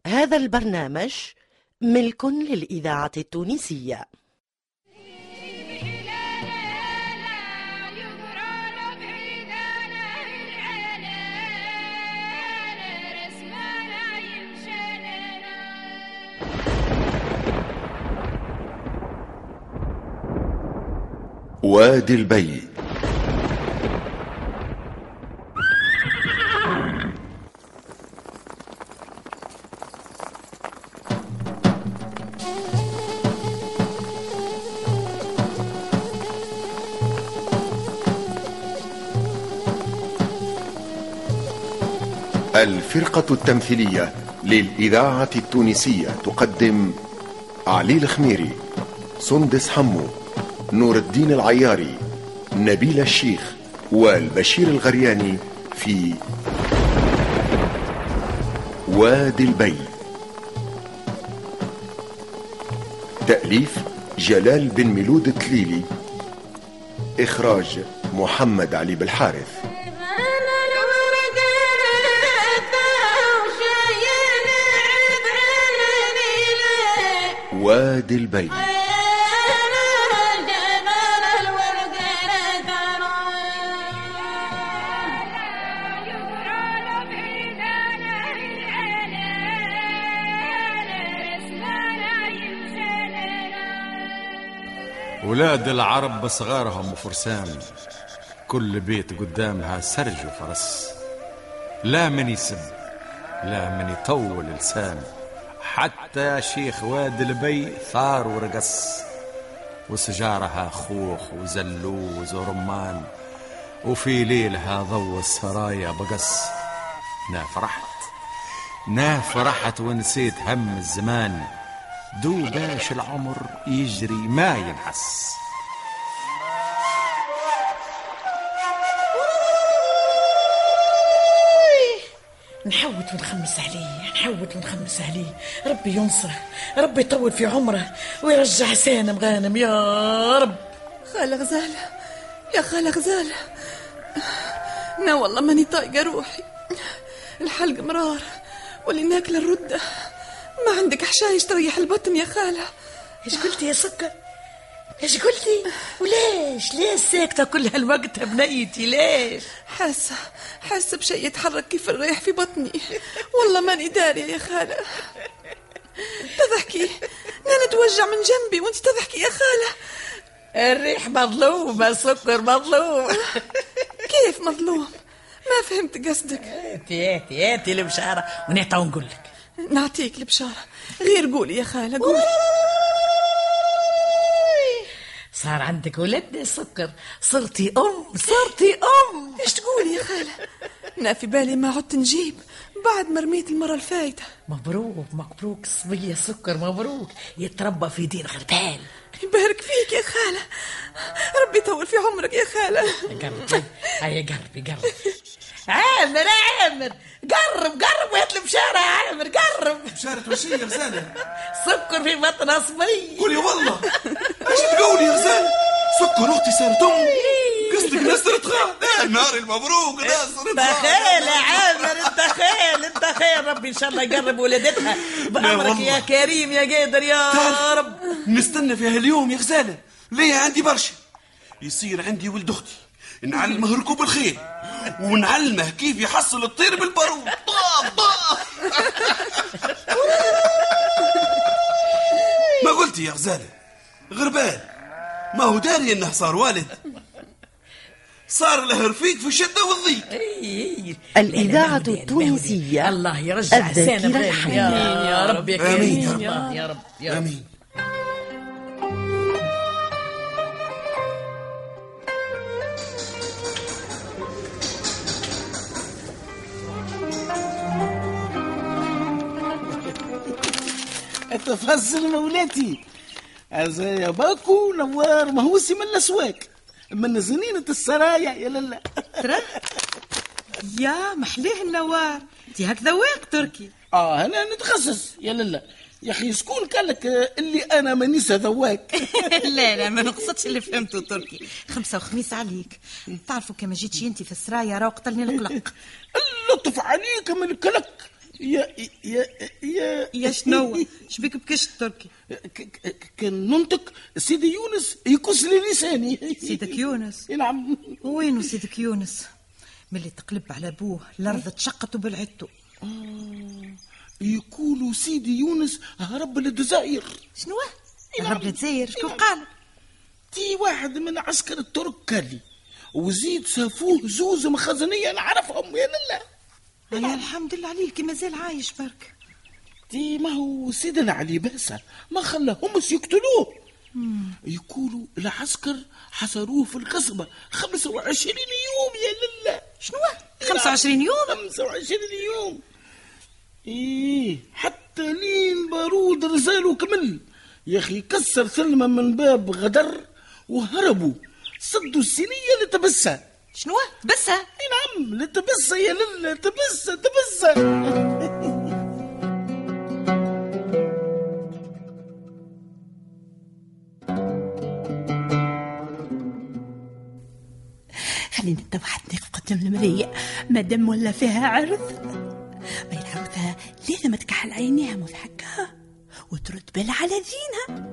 هذا البرنامج ملك للإذاعة التونسية. وادي البي. الفرقة التمثيلية للإذاعة التونسية تقدم علي الخميري، سندس حمو، نور الدين العياري، نبيل الشيخ والبشير الغرياني في وادي البي. تأليف جلال بن ميلود التليلي، إخراج محمد علي بالحارث. وادي البي. ولاد العرب بصغارهم وفرسان، كل بيت قدامها سرج وفرس، لا من يسب لا من يطول لسان، حتى يا شيخ وادي البي ثار ورقص، وسجارها خوخ وزلوز ورمان، وفي ليلها ضو السرايا بقص. فرحت ونسيت هم الزمان، دوباش العمر يجري ما ينحس. نحوت ونخمس عليه، ربي ينصره، ربي يطول في عمره ويرجع سالم غانم يا رب. خالة غزالة، يا خالة غزالة، نا والله ماني طايقة روحي، الحلق مرار واللي ناكل الردة، ما عندك حشايش تريح البطن يا خالة. ايش قلتي يا سكر؟ ايش قلتي؟ وليش ساكتة كل هالوقت يا بنيتي؟ ليش؟ حاسة بشيء يتحرك كيف الريح في بطني، والله ماني دارية يا خالة. تضحكي، أنا نتوجع من جنبي وانت تضحكي يا خالة. الريح مظلومة سكر، مظلوم. كيف مظلوم؟ ما فهمت قصدك. هاتي البشارة ونعطى ونقول لك. نعطيك البشارة، غير قولي يا خالة قولي. صار عندك ولد يا سكر، صرتي أم. ايش تقولي يا خالة؟ أنا في بالي ما عدت نجيب بعد ما رميت المرة الفايتة. مبروك الصبي يا سكر، مبروك، يتربى في دين غربال. يبارك فيك يا خالة، ربي يطول في عمرك يا خالة. قرب عامر قرب وهات البشارة يا عامر، قرب. بشارة وشي يا غزالة؟ سكر في بطن أصبري. قولي والله ايش تقولي يا غزالة؟ سكر اختي صارت ام، قصدك نصرت خال؟ ناري المبروك نصرت خال يا عامر، انت خير، ربي ان شاء الله يقرب ولادتها بأمرك يا كريم يا قادر يا رب. نستنى في هاليوم يا غزالة، ليه عندي برشا. يصير عندي ولد اختي نعلمه ركوب الخيل، ونعلمه كيف يحصل الطير بالبارود. ما قلتي يا غزالة؟ غربال ما هو داري انه صار والد، صار له رفيق في الشدة والضيق. الإذاعة التونسية. الله يرجع سالم يا رب يا كريم يا رب. آمين. تفصل مولاتي هذا يا باكو نوار مهوسي من الأسواق، من زنينة السرايا يا للا. ترى يا محليه النوار، انت هك ذواق تركي. أنا نتخصص يا للا. يا أخي سكون قالك اللي أنا مانيس ذواق؟ لا ما نقصدش اللي فهمته تركي. 5 وخميس عليك، تعرفوا كما جيتش انت في السرايا راه قتلني القلق. اللطف عليك من القلق، يا شنو شبيك بكش التركي؟ كان ننطق سيدي يونس يكس لي لساني. سيدك يونس؟ نعم. وينو سيدك يونس؟ ملي تقلب على ابوه الارض تشقت وبلعته. يقولوا سيدي يونس هرب للجزائر. شنو هرب للجزائر؟ شكون قال؟ تي واحد من عسكر الترك قال لي، وزيد سافوه زوز مخزنية نعرفهم يا لله. يا الحمد لله عليه كي مازال عايش برك. تي ما هو سيدنا علي باسة ما خلاهم يقتلوه. يقولوا العسكر حصروه في القصبة 25 يوم يا لله. شنو 25 يوم؟ 25 يوم. حتى لين بارود رزاله كمل يا أخي. كسر سلمة من باب غدر وهربوا، صدوا السنية لتبسة. شنو تبسة؟ نعم لتبسة يا لله، تبسة. خليني انت واحد نقف قدام المراية مادام ولا فيها عرض. ما العروضة لازم تكحل عينيها مضحكة وترد بالها على دينها.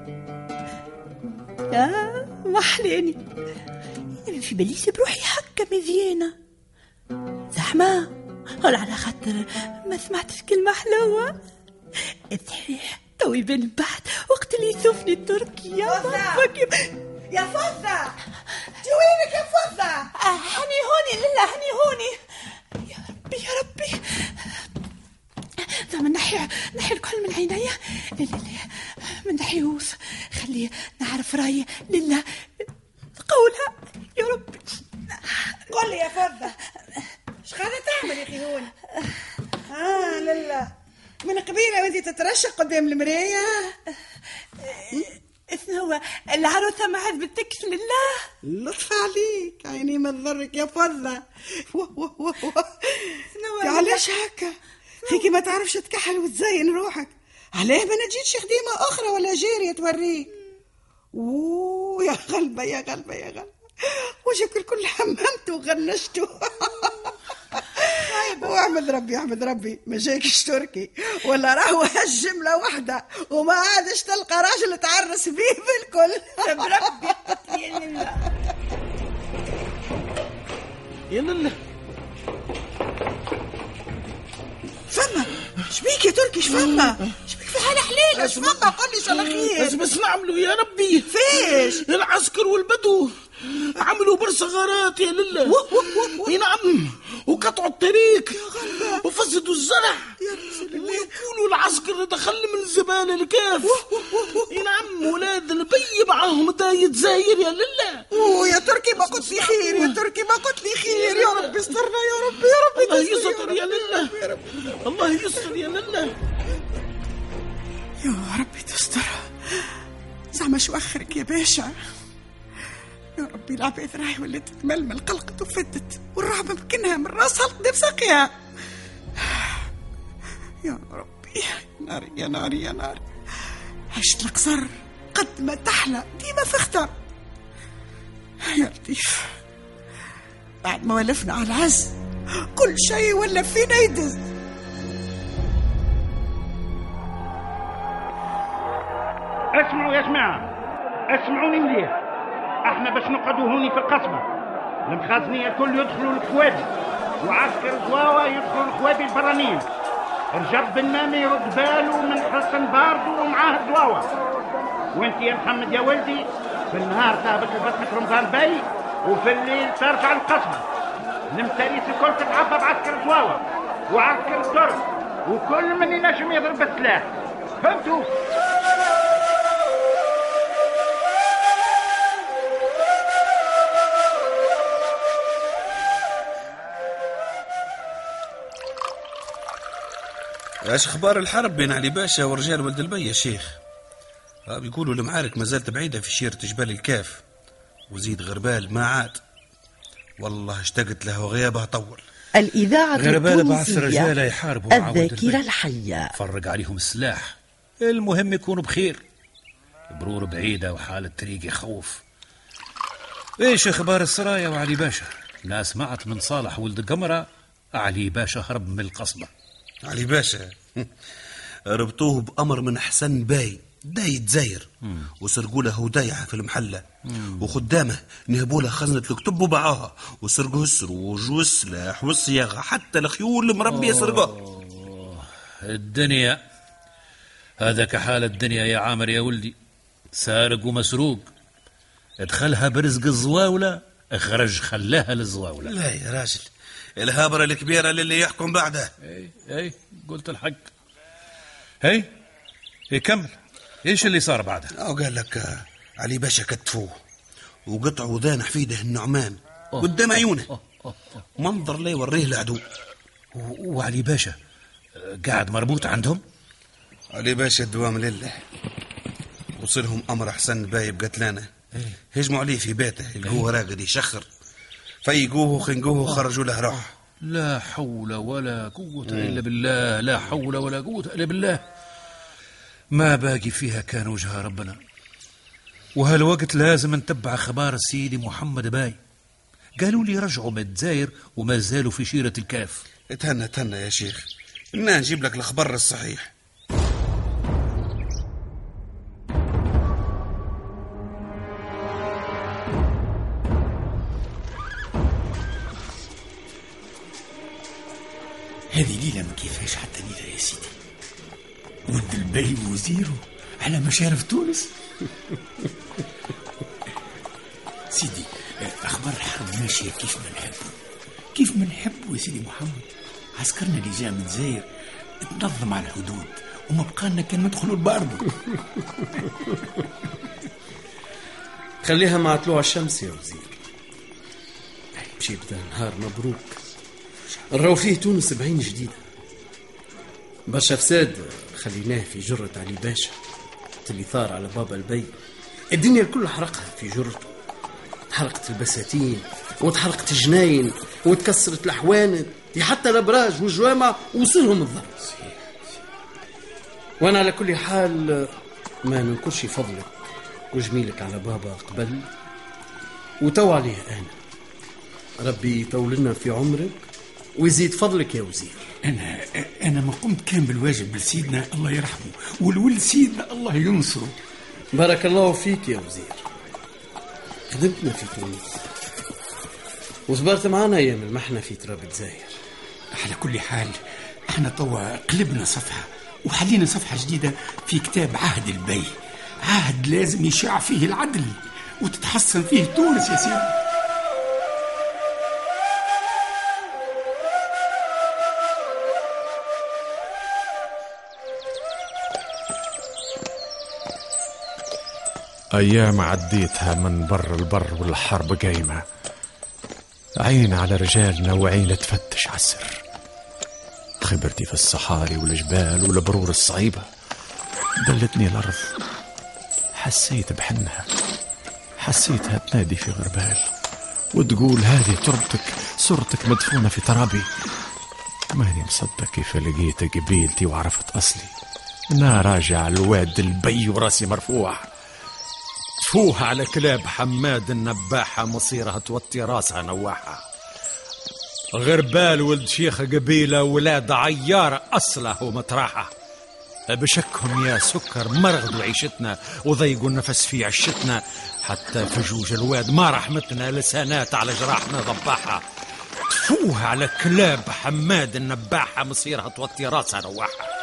يا محلاني أنا في باليسي بروحي حكة مزيانة زحمة ولا على خاطر ما سمعتش كلمة حلوة. صحيح تو يبان بعد وقت اللي يشوفني التركي. يا فضة وينك يا فضة؟ هني هوني لله، هني هوني. يا ربي زعما نحي الكل من عينيا. لا من نحيوس، خلي نعرف رايي لله. قولها يا ربي. قول لي يا فضة ايش قاعدة تعمل يا اخي هون؟ لله من قبيلة وانتي تترشق قدام المراية. هو العروسة ما عجبتكش لله؟ لطف عليك عيني ما تضرك يا فضة. علاش هكا هيك ما تعرفش تكحل وتزين روحك؟ علاه ما نجيتش خديمة أخرى ولا جارية توريك؟ يا غلبة يا غلبة يا غلبة، وجهك الكل حممته وغنشته. واحمد ربي ما جاكش تركي ولا راهو هالجملة واحدة وما عادش تلقى راجل تعرس بيه بالكل. بربي قتلي يا لله. يا لله فما شبيك يا تركي؟ شفما شبيك في حالة حليلة؟ شفما قل لي شو الخير؟ بس نعملوا يا ربي فيش العسكر والبدو عملوا برصغارات يا لله. نعم وقطعوا الطريق وفسدوا الزرع ويقولوا العسكر دخل من الزبالة الكاف. نعم ولاد نبي معاهم داية زاير يا لله. يا تركي ما قلت لي خير، يا تركي ما قلت لي خير. يا رب استرنا يا رب الله يستر يا لله. الله يستر يا لله. يا ربي تستر. زعما شو اخرك يا باشا؟ يا ربي العباد راهي ولات تململ قلقت وفتت والرعب مكنها من راسها لقدام ساقيها. يا ربي ناري يا ناري يا ناري. عشت القصر قد ما تحلى ديما في خطر. يا لطيف بعد ما ولفنا على العز كل شيء ولا فينا يدز. اسمعوا يا جماعة، اسمعوني مليح. احنا باش نقعدوا هوني في القصبة، المخازنية الكل يدخلوا الكوادي وعسكر زواوة يدخلوا الكوادي البرانيين. رجب بن مامي يرد باله من حسن باردو ومعاه زواوة. وانت يا محمد يا ولدي في النهار تهبط لفتحة رمضان باي وفي الليل ترجع القصبة. المتاريس الكل تتعبى بعسكر زواوة وعسكر الترك وكل من ينجم يضرب السلاح. فهمتوا؟ ايش اخبار الحرب بين علي باشا ورجال ولد البي يا شيخ؟ بيقولوا المعارك ما زالت بعيدة في شيرة جبال الكاف، وزيد غربال ما عاد. والله اشتقت له وغيابها طول. الإذاعة غربال بعث رجاله يحاربوا مع ولد الذاكرة الحية، فرق عليهم السلاح. المهم يكونوا بخير. برور بعيدة وحال الطريق يخوف. ايش اخبار السرايا وعلي باشا؟ ناس سمعت من صالح ولد قمرة علي باشا هرب من القصبة. علي باشا ربطوه بأمر من حسن باي داي دزاير وسرقوا له ودايعه في المحله وخدامه نهبوا له خزنه الكتب وباعوها وسرقوا السروج والسلاح والصياغه حتى الخيول المربيه سرقوه. الدنيا هذا كحال الدنيا يا عامر يا ولدي، سارق ومسروق، ادخلها برزق الزواولة اخرج خلاها للزواولة. لا يا راجل، الهابرة الكبيرة للي يحكم بعدها. اي قلت الحق. هي كمل، ايش اللي صار بعدها؟ قال لك علي باشا كتفوه وقطعوا ذان حفيده النعمان قدام عيونه، منظر لا يوريه العدو. وعلي باشا قاعد مربوط عندهم؟ علي باشا الدوام لله. وصلهم امر حسن باي بقتلانه، هجموا عليه في بيته يلقوه راقد يشخر، فيقوه وخنقوه خرجوا له روح. لا حول ولا قوة إلا بالله، لا حول ولا قوة إلا بالله. ما باقي فيها كان وجه ربنا. وهالوقت لازم نتبع خبار سيدي محمد باي. قالوا لي رجعوا من الجزائر وما زالوا في شيرة الكاف. تهنى يا شيخ، إنا نجيب لك الخبر الصحيح. هذه ليلة ما كيفاش حتى ليلة يا سيدي. ولد البي ووزيره على مشارف تونس. سيدي أخبار الحرب ماشية كيف ما نحب يا سيدي محمد. عسكرنا اللي جاء من الجزائر تنظم على الحدود وما بقالنا كان ندخلوا الباربو. خليها مع طلوع الشمس يا وزير. باش يبدا نهار مبروك، نراو فيه تونس بعين جديدة. برشا فساد خليناه في جرة علي باشا اللي ثار على بابا البي. الدنيا الكل حرقها في جرته، تحرقت البساتين وتحرقت الجناين وتكسرت الأحوانت، حتى الأبراج والجوامع وصلهم الضرب. وانا على كل حال ما ننكرش فضلك وجميلك على بابا قبل وتو عليه انا. ربي يطول لنا في عمرك ويزيد فضلك يا وزير. انا ما قمت كان بالواجب لسيدنا الله يرحمه، والولد سيدنا الله ينصره. بارك الله فيك يا وزير. خدمتنا في تونس وصبرت معنا ايام المحنه في تراب الجزائر. على كل حال احنا توا قلبنا صفحه وحلينا صفحه جديده في كتاب عهد البي، عهد لازم يشاع فيه العدل وتتحسن فيه تونس يا سيدي. أيام عديتها من بر البر والحرب قايمة، عين على رجالنا وعين تفتش على السر. خبرتي في الصحاري والجبال والبرور الصعيبة دلتني الأرض. حسيت بحنها، حسيتها تنادي في غربال وتقول هذه تربتك، صورتك مدفونة في ترابي. ماني مصدق كيف لقيت قبيلتي وعرفت أصلي. أنا راجع الواد البي وراسي مرفوع. فوه على كلاب حماد النباحة، مصيرها توطي راسها نواحة. غربال ولد شيخ قبيلة ولاد عيار أصله ومطراحة. بشكهم يا سكر مرغدوا عيشتنا وضيقوا النفس في عشتنا، حتى فجوج الواد ما رحمتنا لسانات على جراحنا ضباحة. تفوه على كلاب حماد النباحة، مصيرها توطي راسها نواحة.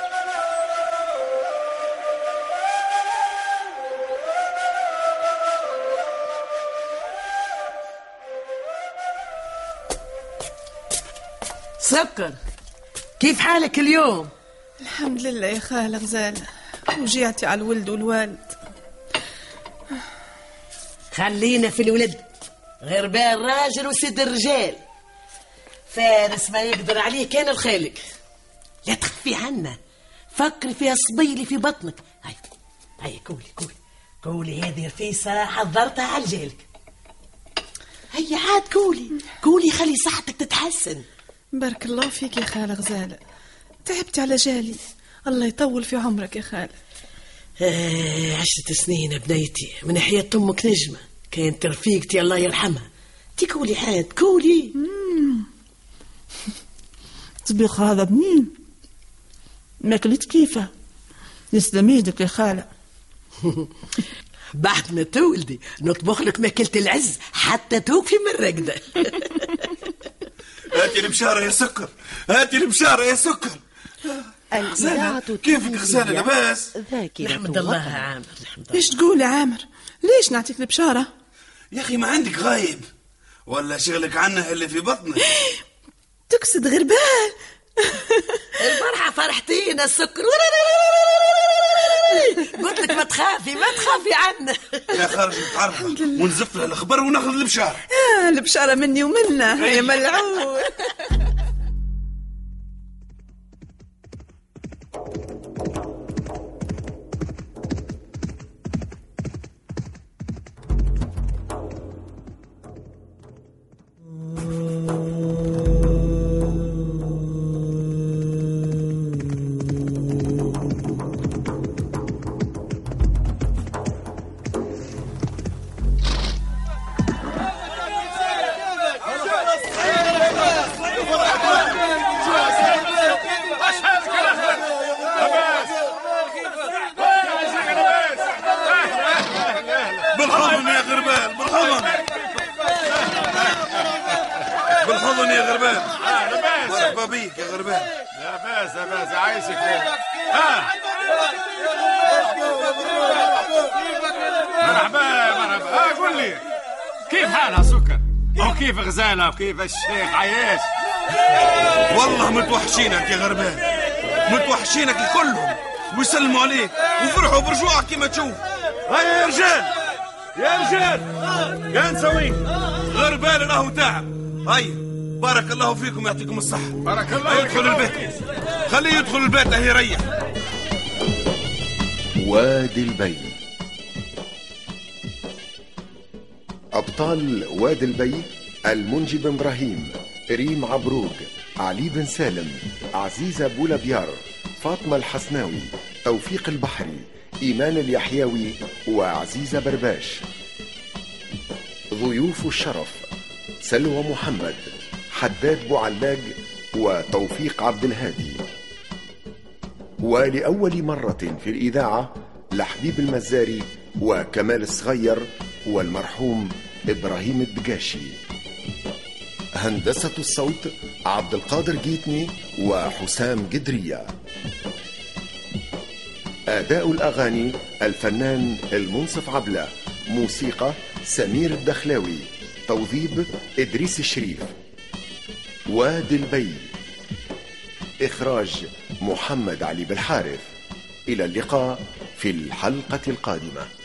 سكر، كيف حالك اليوم؟ الحمد لله يا خالة غزالة، وجيعتي على الولد والوالد. خلينا في الولد، غربال راجل وسيد الرجال، فارس ما يقدر عليه كان الخالق. لا تخفي عنا، فكر في الصبي اللي في بطنك. هاي قولي هذه رفيسة حضرتها على رجالك. هيا عاد قولي خلي صحتك تتحسن. بارك الله فيك يا خالة غزالة، تعبت على جالي، الله يطول في عمرك يا خالة. 10 سنين بنيتي من حياة أمك نجمة، كانت رفيقتي الله يرحمها. قولي عاد قولي. طبيخ هذا منين؟ ماكلت كيفه. يسلم يدك يا خالة. بعد ما تولدي نطبخ لك ماكلة العز حتى توقفي من الرقدة. هاتي البشارة يا سكر، هاتي البشارة يا سكر. كيفك غزالة لاباس؟ الحمد لله عامر. ايش تقول يا عامر؟ ليش نعطيك البشارة؟ يا أخي ما عندك غايب ولا شغلك عنه اللي في بطنك؟ تقصد غربال؟ البارحة فرحتينا السكر. قلت لك ما تخافي عنه. يا خارج نتعرف ونزف له الخبر وناخذ البشارة. البشارة مني ومنه يا ملعون. بالحضن يا غربال، بالحضن يا غربال. مرحبا بيك يا غربال. لاباس عايشك. مرحبا. قول لي كيف حالها سكر؟ وكيف غزالة وكيف الشيخ عياش؟ والله متوحشينك يا غربال، متوحشينك كلهم ويسلموا عليك وفرحوا برجوعك كما تشوف. هيا يا رجال، يا رجال، يا نسوي غربال راهو تعب. هيا بارك الله فيكم يعطيكم الصحة. بارك الله. يدخل البيت، خليه يدخل البيت له يريح. وادي البي. أبطال وادي البي: المنجي بن إبراهيم، ريم عبروق، علي بن سالم، عزيزة بولابيار، فاطمة الحسناوي، توفيق البحري، إيمان اليحيوي وعزيزة برباش. ضيوف الشرف: سلوى محمد، حداد بوعلاق وتوفيق عبد الهادي. ولأول مرة في الإذاعة لحبيب المزاري وكمال الصغير والمرحوم إبراهيم الدقاشي. هندسة الصوت عبد القادر جيتني وحسام قدرية. أداء الأغاني الفنان المنصف عبلة. موسيقى سمير الدخلاوي. توظيب إدريس الشريف. وادي البي. إخراج محمد علي بالحارث. إلى اللقاء في الحلقة القادمة.